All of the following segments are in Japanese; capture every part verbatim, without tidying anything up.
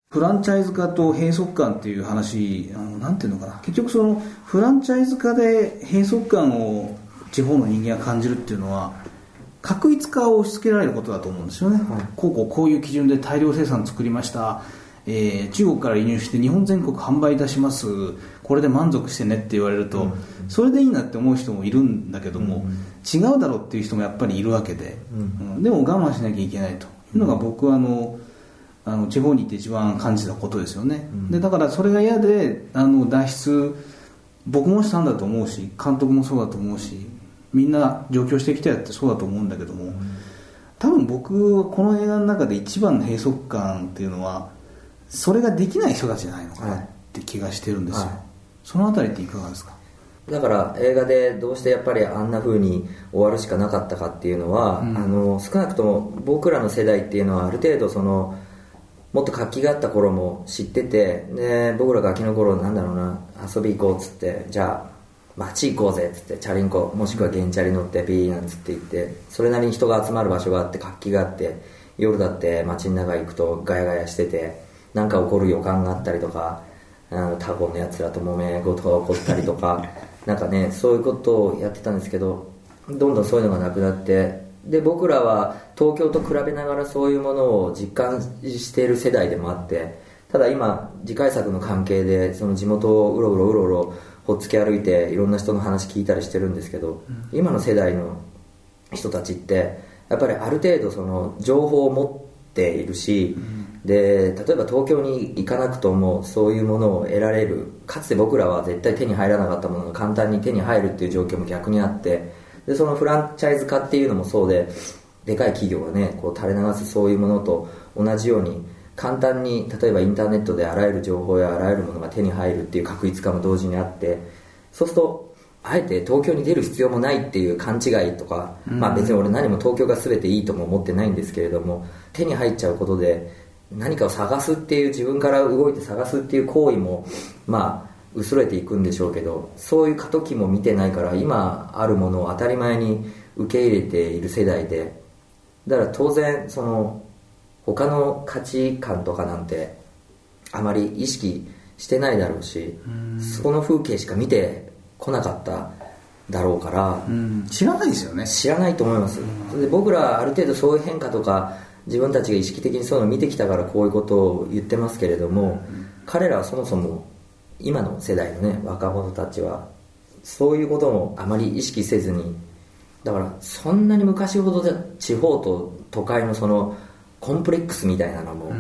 フランチャイズ化と閉塞感っていう話、あのなんていうのかな、結局そのフランチャイズ化で閉塞感を地方の人間が感じるっていうのは画一化を押し付けられることだと思うんですよね、はい、こうこうこういう基準で大量生産作りました、えー、中国から輸入して日本全国販売いたします、これで満足してねって言われると、うんうん、それでいいなって思う人もいるんだけども、うんうん、違うだろうっていう人もやっぱりいるわけで、うんうん、でも我慢しなきゃいけないというのが僕はあのあの地方に行って一番感じたことですよね、うん、でだからそれが嫌であの脱出僕もしたんだと思うし監督もそうだと思うしみんな上京してきたやってそうだと思うんだけども、うん、多分僕はこの映画の中で一番の閉塞感っていうのはそれができない人たちじゃないのかなって気がしてるんですよ、はい、そのあたりっていかがですか。 だから映画でどうしてやっぱりあんな風に終わるしかなかったかっていうのは、うん、あの少なくとも僕らの世代っていうのはある程度そのもっと活気があった頃も知ってて、で僕らガキの頃なんだろうな遊び行こうっつってじゃあ街行こうぜっつってチャリンコもしくは原チャリ乗ってビーなんつって言ってそれなりに人が集まる場所があって活気があって夜だって街の中行くとガヤガヤしててなんか起こる予感があったりとかあのタコのやつらと揉め事が起こったりとかなんかねそういうことをやってたんですけどどんどんそういうのがなくなってで僕らは東京と比べながらそういうものを実感している世代でもあってただ今次回作の関係でその地元をうろうろうろうろほっつき歩いていろんな人の話聞いたりしてるんですけど、うん、今の世代の人たちってやっぱりある程度その情報を持っているし、うん、で例えば東京に行かなくともそういうものを得られるかつて僕らは絶対手に入らなかったものが簡単に手に入るっていう状況も逆にあってでそのフランチャイズ化っていうのもそうででかい企業がねこう垂れ流すそういうものと同じように簡単に例えばインターネットであらゆる情報やあらゆるものが手に入るっていう画一化も同時にあってそうするとあえて東京に出る必要もないっていう勘違いとか、うん、まあ別に俺何も東京が全ていいとも思ってないんですけれども手に入っちゃうことで何かを探すっていう自分から動いて探すっていう行為もまあ薄れていくんでしょうけどそういう過渡期も見てないから今あるものを当たり前に受け入れている世代でだから当然その他の価値観とかなんてあまり意識してないだろうしそこの風景しか見てこなかっただろうからうん知らないですよね知らないと思いますで僕らある程度そういう変化とか自分たちが意識的にそういうのを見てきたからこういうことを言ってますけれども彼らはそもそも今の世代のね若者たちはそういうこともあまり意識せずにだからそんなに昔ほどで地方と都会のそのコンプレックスみたいなのも、うん、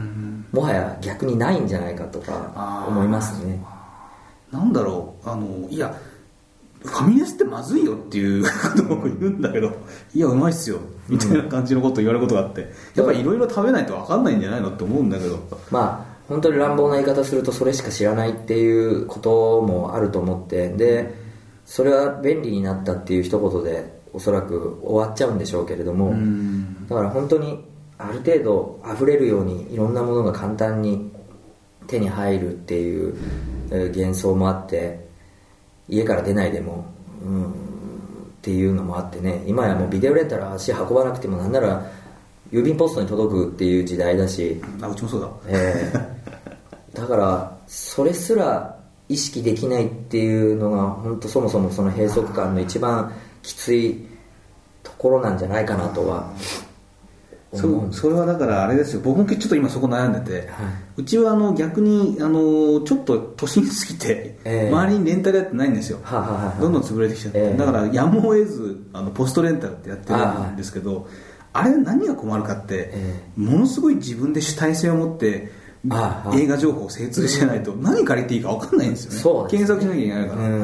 もはや逆にないんじゃないかとか思いますね。 なんだろうあのいやファミレスってまずいよっていうことを言うんだけどいやうまいっすよみたいな感じのことを言われることがあって、うん、やっぱりいろいろ食べないと分かんないんじゃないのって思うんだけどまあ本当に乱暴な言い方するとそれしか知らないっていうこともあると思ってでそれは便利になったっていう一言でおそらく終わっちゃうんでしょうけれどもだから本当にある程度溢れるようにいろんなものが簡単に手に入るっていう幻想もあって家から出ないでも、うん、っていうのもあってね今やもうビデオレンタル足運ばなくてもなんなら郵便ポストに届くっていう時代だしあうちもそうだ、 えー、だからそれすら意識できないっていうのが本当そもそもその閉塞感の一番きついところなんじゃないかなとはそ, それはだからあれですよ僕もちょっと今そこ悩んでて、はい、うちはあの逆にあのちょっと都心過ぎて、えー、周りにレンタルやってないんですよ、ははははどんどん潰れてきちゃって、えー、だからやむを得ずあのポストレンタルってやってるんですけど あ, あれ何が困るかって、えー、ものすごい自分で主体性を持って映画情報を精通してないと何借りていいか分かんないんですよね、そうですね検索しなきゃいけないから、うん、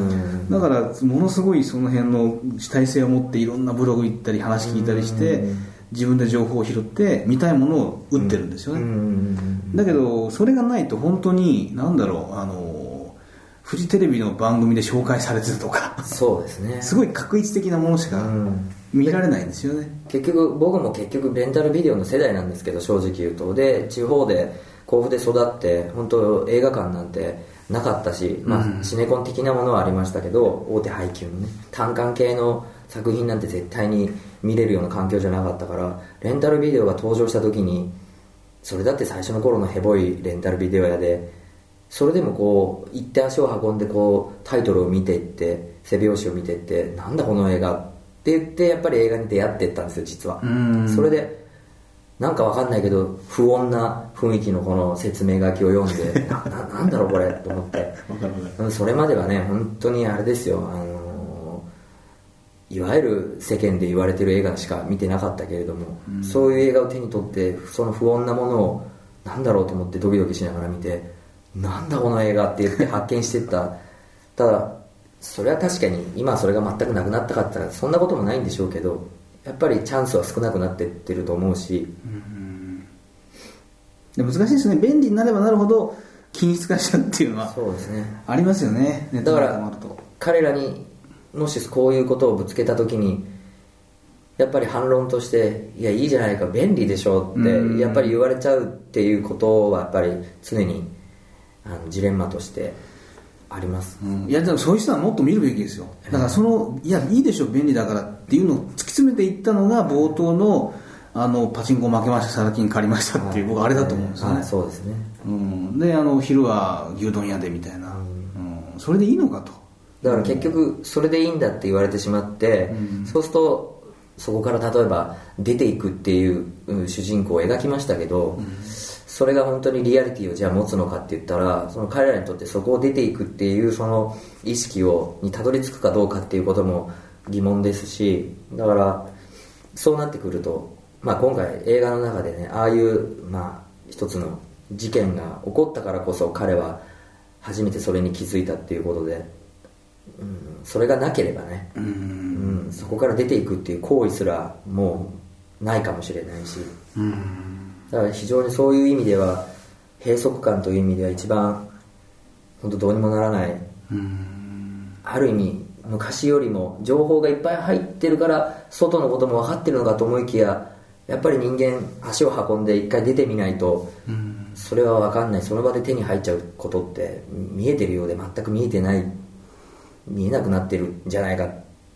だからものすごいその辺の主体性を持っていろんなブログ行ったり話聞いたりして、うん自分で情報を拾って見たいものを打ってるんですよね、うん、だけどそれがないと本当に何だろうあのフジテレビの番組で紹介されてるとかそうですねすごい画一的なものしか見られないんですよね、うん、 結局僕も結局レンタルビデオの世代なんですけど正直言うとで地方で甲府で育って本当映画館なんてなかったし、まあ、シネコン的なものはありましたけど大手配給のね単館系の作品なんて絶対に見れるような環境じゃなかったからレンタルビデオが登場した時にそれだって最初の頃のヘボいレンタルビデオ屋でそれでもこう行って足を運んでこうタイトルを見ていって背表紙を見ていってなんだこの映画って言ってやっぱり映画に出会っていったんですよ実は。それでなんかわかんないけど不穏な雰囲気のこの説明書きを読んでな, な, なんだろうこれと思ってそれまではね本当にあれですよ、あのいわゆる世間で言われてる映画しか見てなかったけれども、うん、そういう映画を手に取ってその不穏なものをなんだろうと思ってドキドキしながら見てなんだこの映画って言って発見していったただそれは確かに今はそれが全くなくなったかったらそんなこともないんでしょうけどやっぱりチャンスは少なくなっていってると思うし、うん、 で難しいですね。便利になればなるほど均質化しちゃうっていうのはそうですねありますよね。 だから彼らにもしこういうことをぶつけた時にやっぱり反論としていやいいじゃないか便利でしょってやっぱり言われちゃうっていうことはやっぱり常にあのジレンマとしてあります、 うん、いやでもそういう人はもっと見るべきですよ。だからそのいやいいでしょ便利だからっていうのを突き詰めていったのが冒頭のあのパチンコ負けましたサラ金借りましたっていう、はい、僕あれだと思うんですよね、 はい、そうですね、 うん、であの昼は牛丼屋でみたいな、うんうん、それでいいのかと。 だから結局それでいいんだって言われてしまって、うん、そうするとそこから例えば出ていくっていう主人公を描きましたけど、うん、それが本当にリアリティをじゃあ持つのかって言ったらその彼らにとってそこを出ていくっていうその意識をにたどり着くかどうかっていうことも疑問ですしだからそうなってくると、まあ、今回映画の中でねああいう、まあ、一つの事件が起こったからこそ彼は初めてそれに気づいたっていうことでうん、それがなければね、うん、うん、そこから出ていくっていう行為すらもうないかもしれないし、うん、だから非常にそういう意味では閉塞感という意味では一番本当どうにもならない、うん、ある意味昔よりも情報がいっぱい入ってるから外のことも分かってるのかと思いきややっぱり人間足を運んで一回出てみないと、うん、それは分かんない。その場で手に入っちゃうことって見えてるようで全く見えてない見えなくなってるんじゃないか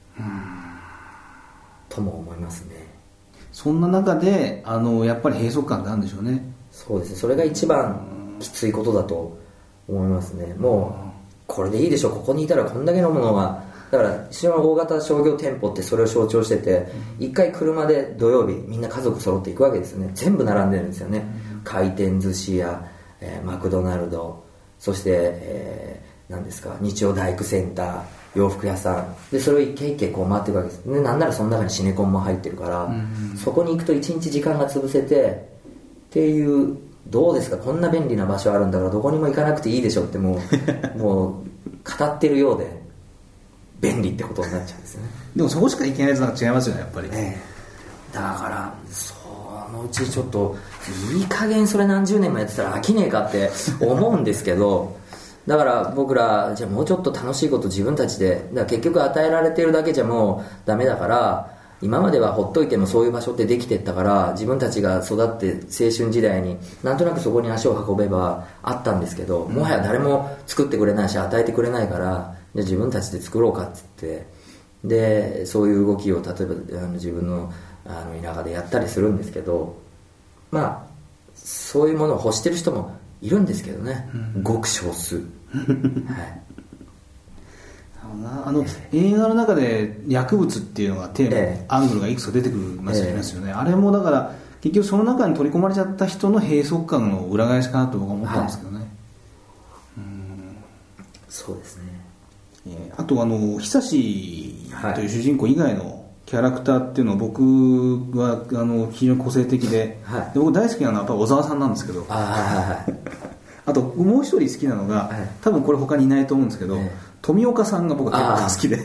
とも思いますね。 そんな中であのやっぱり閉塞感ってあるんでしょうね。 そうですね、それが一番きついことだと思いますね。もうこれでいいでしょここにいたらこんだけのものがだから一番大型商業店舗ってそれを象徴してて一回車で土曜日みんな家族揃っていくわけですよね。全部並んでるんですよね。回転寿司や、えー、マクドナルドそして、えーなんですか日曜大工センター洋服屋さんでそれを一軒一軒こう回っていくわけですでなんならその中にシネコンも入ってるから、うんうん、そこに行くと一日時間が潰せてっていうどうですかこんな便利な場所あるんだからどこにも行かなくていいでしょってもうもう語ってるようで便利ってことになっちゃうんですよね。 でもそこしか行けないやつなんか違いますよねやっぱりね。 だからそのうちちょっといい加減それ何十年もやってたら飽きねえかって思うんですけどだから僕らじゃあもうちょっと楽しいこと自分たちでだから結局与えられてるだけじゃもうダメだから今まではほっといてもそういう場所ってできてったから自分たちが育って青春時代になんとなくそこに足を運べばあったんですけどもはや誰も作ってくれないし与えてくれないからじゃあ自分たちで作ろうかっつってでそういう動きを例えばあの自分のあの田舎でやったりするんですけどまあそういうものを欲してる人もいるんですけどね、うん、ごく少数はいあの映画の中で薬物っていうのがテーマ、ええ、アングルがいくつか出てくるますよね、ええ、あれもだから結局その中に取り込まれちゃった人の閉塞感の裏返しかなと僕は思ったんですけどね、はい、 うんそうですね、 えー、あとあの久志という主人公以外のキャラクターっていうのは僕はあの非常に個性的 で,、はい、で僕大好きなのはやっぱ小沢さんなんですけど あ,、はい、あともう一人好きなのが、はい、多分これ他にいないと思うんですけど、はい、富岡さんが僕は結構好き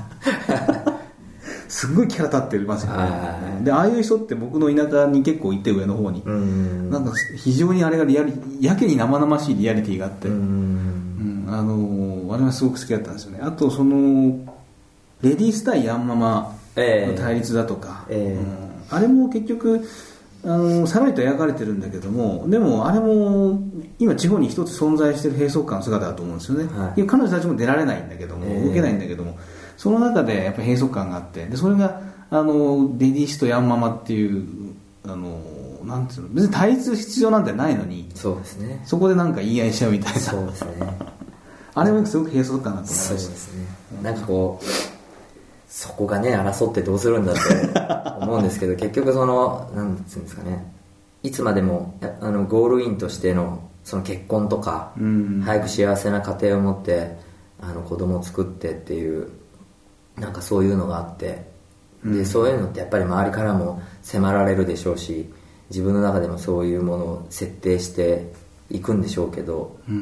ですっごいキャラ立ってますよね。あ, でああいう人って僕の田舎に結構いて上の方にうんなんか非常にあれがリアリやけに生々しいリアリティがあってうん、うん、あのあれはすごく好きだったんですよね。あとそのレディース対ヤンママの対立だとか、えーえーうん、あれも結局あのさらりと描かれてるんだけどもでもあれも今地方に一つ存在している閉塞感の姿だと思うんですよね、はい、いや彼女たちも出られないんだけども、えー、動けないんだけどもその中でやっぱり閉塞感があってでそれがあのレディースとヤンママっていうあのなんていうの、別に対立する必要なんてないのに、 そうですね、 そこでなんか言い合いしちゃうみたいな。 そうですねあれもすごく閉塞感だと思いまそうでした。 すね、なんかこうそこがね争ってどうするんだって思うんですけど結局そのなんていうんですかね、いつまでもあのゴールインとしてのその結婚とか、うん、早く幸せな家庭を持ってあの子供を作ってっていうなんかそういうのがあって、で、うん、そういうのってやっぱり周りからも迫られるでしょうし、自分の中でもそういうものを設定していくんでしょうけど、うん、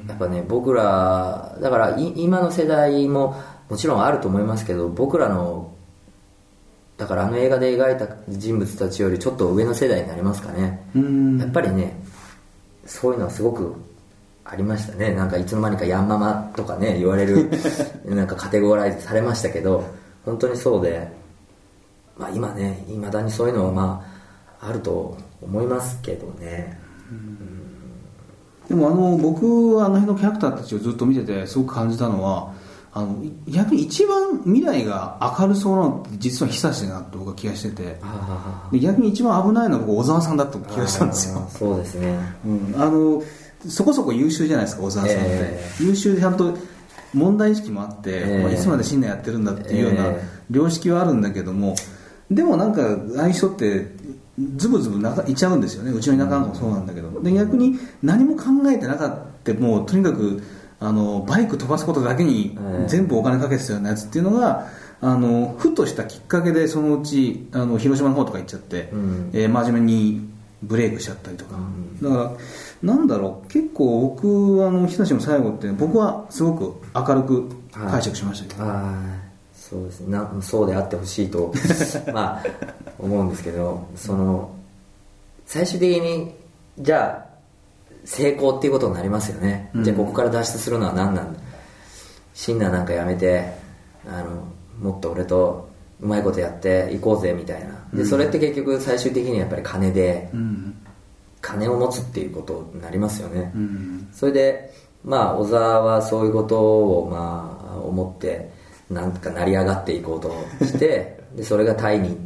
やっぱね僕らだから今の世代ももちろんあると思いますけど、僕らのだからあの映画で描いた人物たちよりちょっと上の世代になりますかね。うん、やっぱりねそういうのはすごくありましたね。なんかいつの間にかヤンママとかね言われるなんかカテゴライズされましたけど、本当にそうで、まあ今ねいまだにそういうのはまああると思いますけどね。うん、 でもあの僕はあの辺のキャラクターたちをずっと見ててすごく感じたのは、あの逆に一番未来が明るそうなのって実は久志だなと僕は気がしてて、で逆に一番危ないのは僕小沢さんだと気がしたんですよ。 そうですね、 うん、あのそこそこ優秀じゃないですか小沢さんって、えー、優秀でちゃんと問題意識もあって、えーまあ、いつまで信念やってるんだっていうような良識はあるんだけども、でもなんかああいう人ってズブズブ中いちゃうんですよね。うちの田舎なんかもそうなんだけど、で逆に何も考えてなかった、もうとにかくあのバイク飛ばすことだけに全部お金かけてたようなやつっていうのが、あのふとしたきっかけでそのうちあの広島の方とか行っちゃって、うん、えー、真面目にブレイクしちゃったりとか、うん、だからなんだろう、結構僕あの日立の最後って僕はすごく明るく解釈しましたけど、 はい、あそうですね、なそうであってほしいとまあ思うんですけど、その最終的にじゃあ成功っていうことになりますよね、うん、じゃあここから脱出するのは何なんだ、シンナーなんかやめてあのもっと俺とうまいことやっていこうぜみたいな、でそれって結局最終的にやっぱり金で、うん、金を持つっていうことになりますよね、うん、それでまあ小沢はそういうことをまあ思ってなんか成り上がっていこうとしてでそれがタイに行って、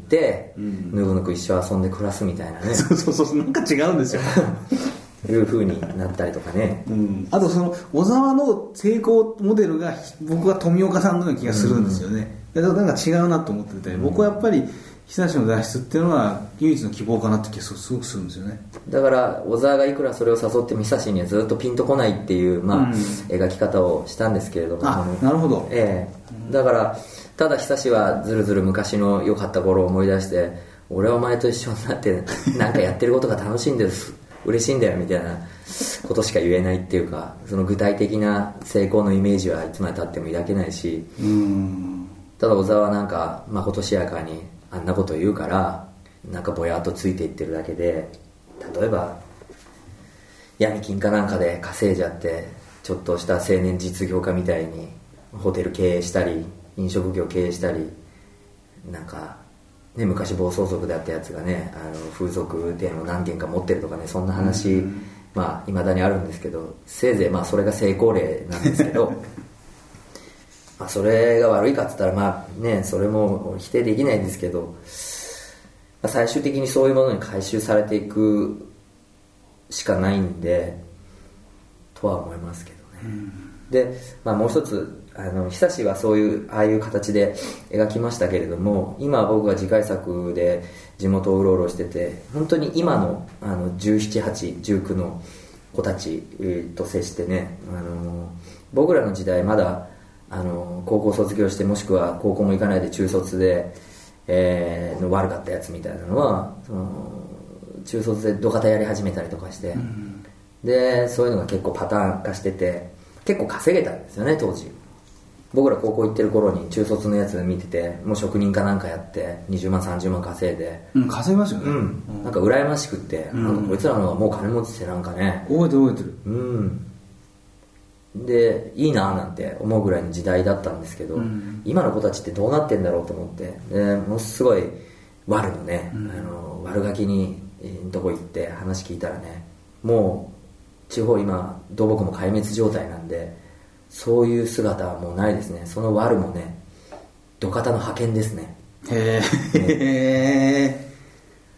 うん、ぬくぬく一生遊んで暮らすみたいなねそうそうそう、なんか違うんですよいう風になったりとかね、 うん、あとその小沢の成功モデルが僕は富岡さんのような気がするんですよね、うん、だからなんか違うなと思ってて、うん、僕はやっぱり久志の脱出っていうのは唯一の希望かなって気がすごくするんですよね。 だから小沢がいくらそれを誘っても久志にはずっとピンとこないっていう、まあうん、描き方をしたんですけれども、 あ、なるほど、 ええ、だからただ久志はずるずる昔の良かった頃を思い出して、俺はお前と一緒になってなんかやってることが楽しいんです嬉しいんだよみたいなことしか言えないっていうか、その具体的な成功のイメージはいつまでたっても抱けないし、うん、ただ小沢はなんかまことしやかにあんなこと言うからなんかぼやっとついていってるだけで、例えば闇金かなんかで稼いじゃってちょっとした青年実業家みたいにホテル経営したり飲食業経営したり、なんかね、昔暴走族だったやつがね、あの風俗店を何軒か持ってるとかね、そんな話、うん、まあいまだにあるんですけど、せいぜいまあそれが成功例なんですけどまあそれが悪いかっつったらまあね、それも否定できないんですけど、まあ、最終的にそういうものに回収されていくしかないんでとは思いますけどね、うん、で、まあ、もう一つあの久志はそういうああいう形で描きましたけれども、今僕が次回作で地元をうろうろしてて、本当に今の、あのじゅうなな、はち、じゅうきゅうの子たちと接してね、あの僕らの時代まだあの高校卒業してもしくは高校も行かないで中卒で、えー、の悪かったやつみたいなのはその中卒で土方やり始めたりとかして、うん、でそういうのが結構パターン化してて結構稼げたんですよね当時。僕ら高校行ってる頃に中卒のやつ見てて、もう職人かなんかやってにじゅうまんさんじゅうまん稼いで、 うん、稼ぎますよね、うんうん、なんか羨ましくって、うん、なんかこいつらの方がもう金持ちってなんかね覚えてる覚えてる、 うん、でいいななんて思うぐらいの時代だったんですけど、うん、今の子たちってどうなってんだろうと思って、でものすごい悪のね、うん、あの悪ガキにどこ行って話聞いたらね、もう地方今土木も壊滅状態なんでそういう姿はもうないですね。その悪もね土方の派遣ですね。 へえ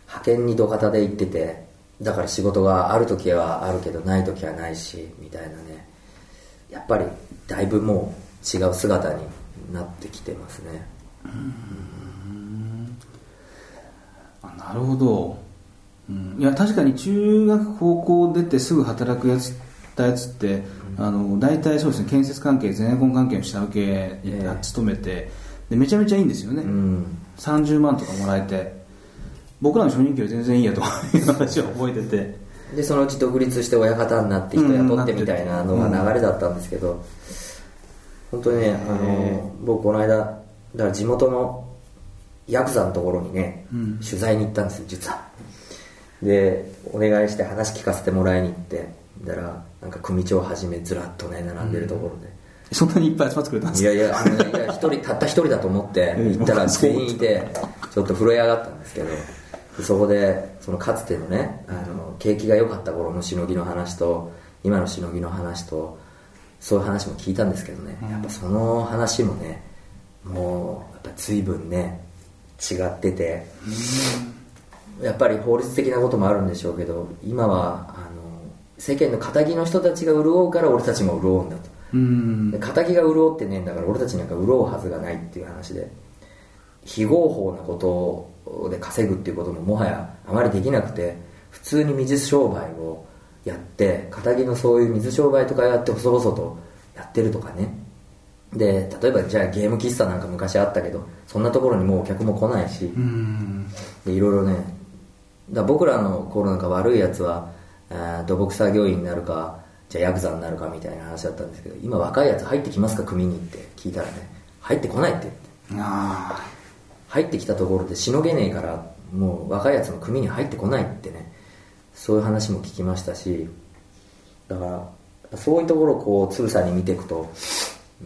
派遣に土方で行ってて、だから仕事がある時はあるけどない時はないしみたいなね、やっぱりだいぶもう違う姿になってきてますね。 うーん、あ、なるほど、うん、いや確かに中学高校出てすぐ働くやつたやつって、うん、あの大体そうですね、建設関係ゼネコン関係の下請けに勤めて、えー、でめちゃめちゃいいんですよね、うん、さんじゅうまんとかもらえて、僕らの初任給は全然いいやという話を覚えてて、 でそのうち独立して親方になって人雇ってみたいなのが流れだったんですけど、うん、本当にね、あの僕この間だから地元のヤクザのところにね、うん、取材に行ったんですよ実は。でお願いして話聞かせてもらいに行って、だからなんか組長はじめずらっとね並んでるところで、 うん、そんなにいっぱい集まってくれたんですか？ いやいや、あのね、いや一人たった一人だと思って行ったら全員いてちょっと震え上がったんですけど、そこでそのかつてのね、あの景気が良かった頃のしのぎの話と今のしのぎの話とそういう話も聞いたんですけどね、やっぱその話もねもうやっぱ随分ね違ってて、やっぱり法律的なこともあるんでしょうけど、今はあの世間の仇の人たちが潤うから俺たちも潤うんだと、うん仇が潤ってねえんだから俺たちなんか潤うはずがないっていう話で、非合法なことで稼ぐっていうことももはやあまりできなくて、普通に水商売をやって仇のそういう水商売とかやって細々とやってるとかね。で例えばじゃあゲーム喫茶なんか昔あったけどそんなところにもうお客も来ないし、うんでいろいろね、だ僕らの頃なんか悪いやつは土木作業員になるかじゃあヤクザになるかみたいな話だったんですけど、今若いやつ入ってきますか組にって聞いたらね、入ってこないって言って、あ入ってきたところでしのげねえからもう若いやつの組に入ってこないってね、そういう話も聞きましたし、だからそういうところをこうつぶさに見ていくと、うん、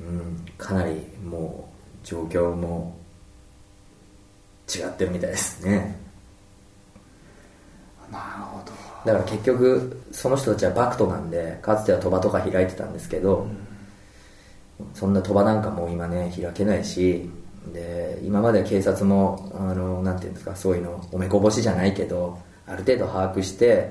かなりもう状況も違ってるみたいですね。 なるほど。 だから結局その人たちはバクトなんで、かつては賭場とか開いてたんですけど、うん、そんな賭場なんかもう今ね開けないし、で今まで警察もあのなんていうんですか、そういうのおめこぼしじゃないけどある程度把握して、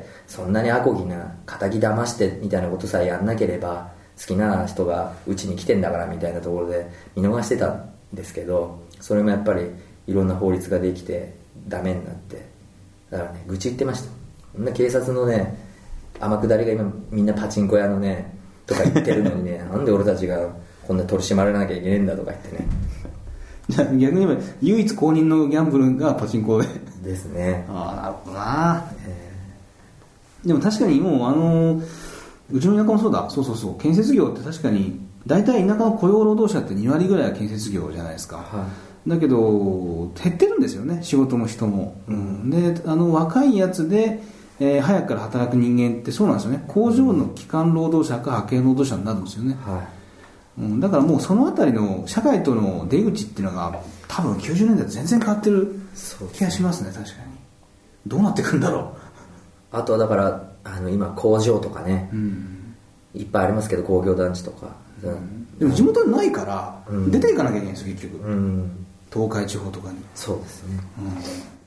そんなにアコギな仇騙してみたいなことさえやんなければ好きな人がうちに来てんだからみたいなところで見逃してたんですけど、それもやっぱりいろんな法律ができてダメになって、だからね愚痴言ってました。こんな警察のね天下りが今みんなパチンコ屋のねとか言ってるのにねなんで俺たちがこんな取り締まらなきゃいけないんだとか言ってね。 じゃあ逆に言えば唯一公認のギャンブルがパチンコでですね。 ああなるほどな、えー、でも確かにもうあのうちの田舎もそうだ、そうそうそう、建設業って確かに大体田舎の雇用労働者ってにわりぐらいは建設業じゃないですか、はい、だけど減ってるんですよね仕事の人も、うん、であの若いやつで、えー、早くから働く人間ってそうなんですよね、工場の基幹労働者か派遣労働者になるんですよね、はい、うん、だからもうそのあたりの社会との出口っていうのが多分きゅうじゅうねんだいと全然変わってる気がしますね。確かにどうなってくるんだろう。 あとはだからあの今工場とかね、うん、いっぱいありますけど工業団地とか、 うん、でも地元にないから、うん、出ていかなきゃいけないんですよ結局、うん、東海地方とかに。 そうですね、 うん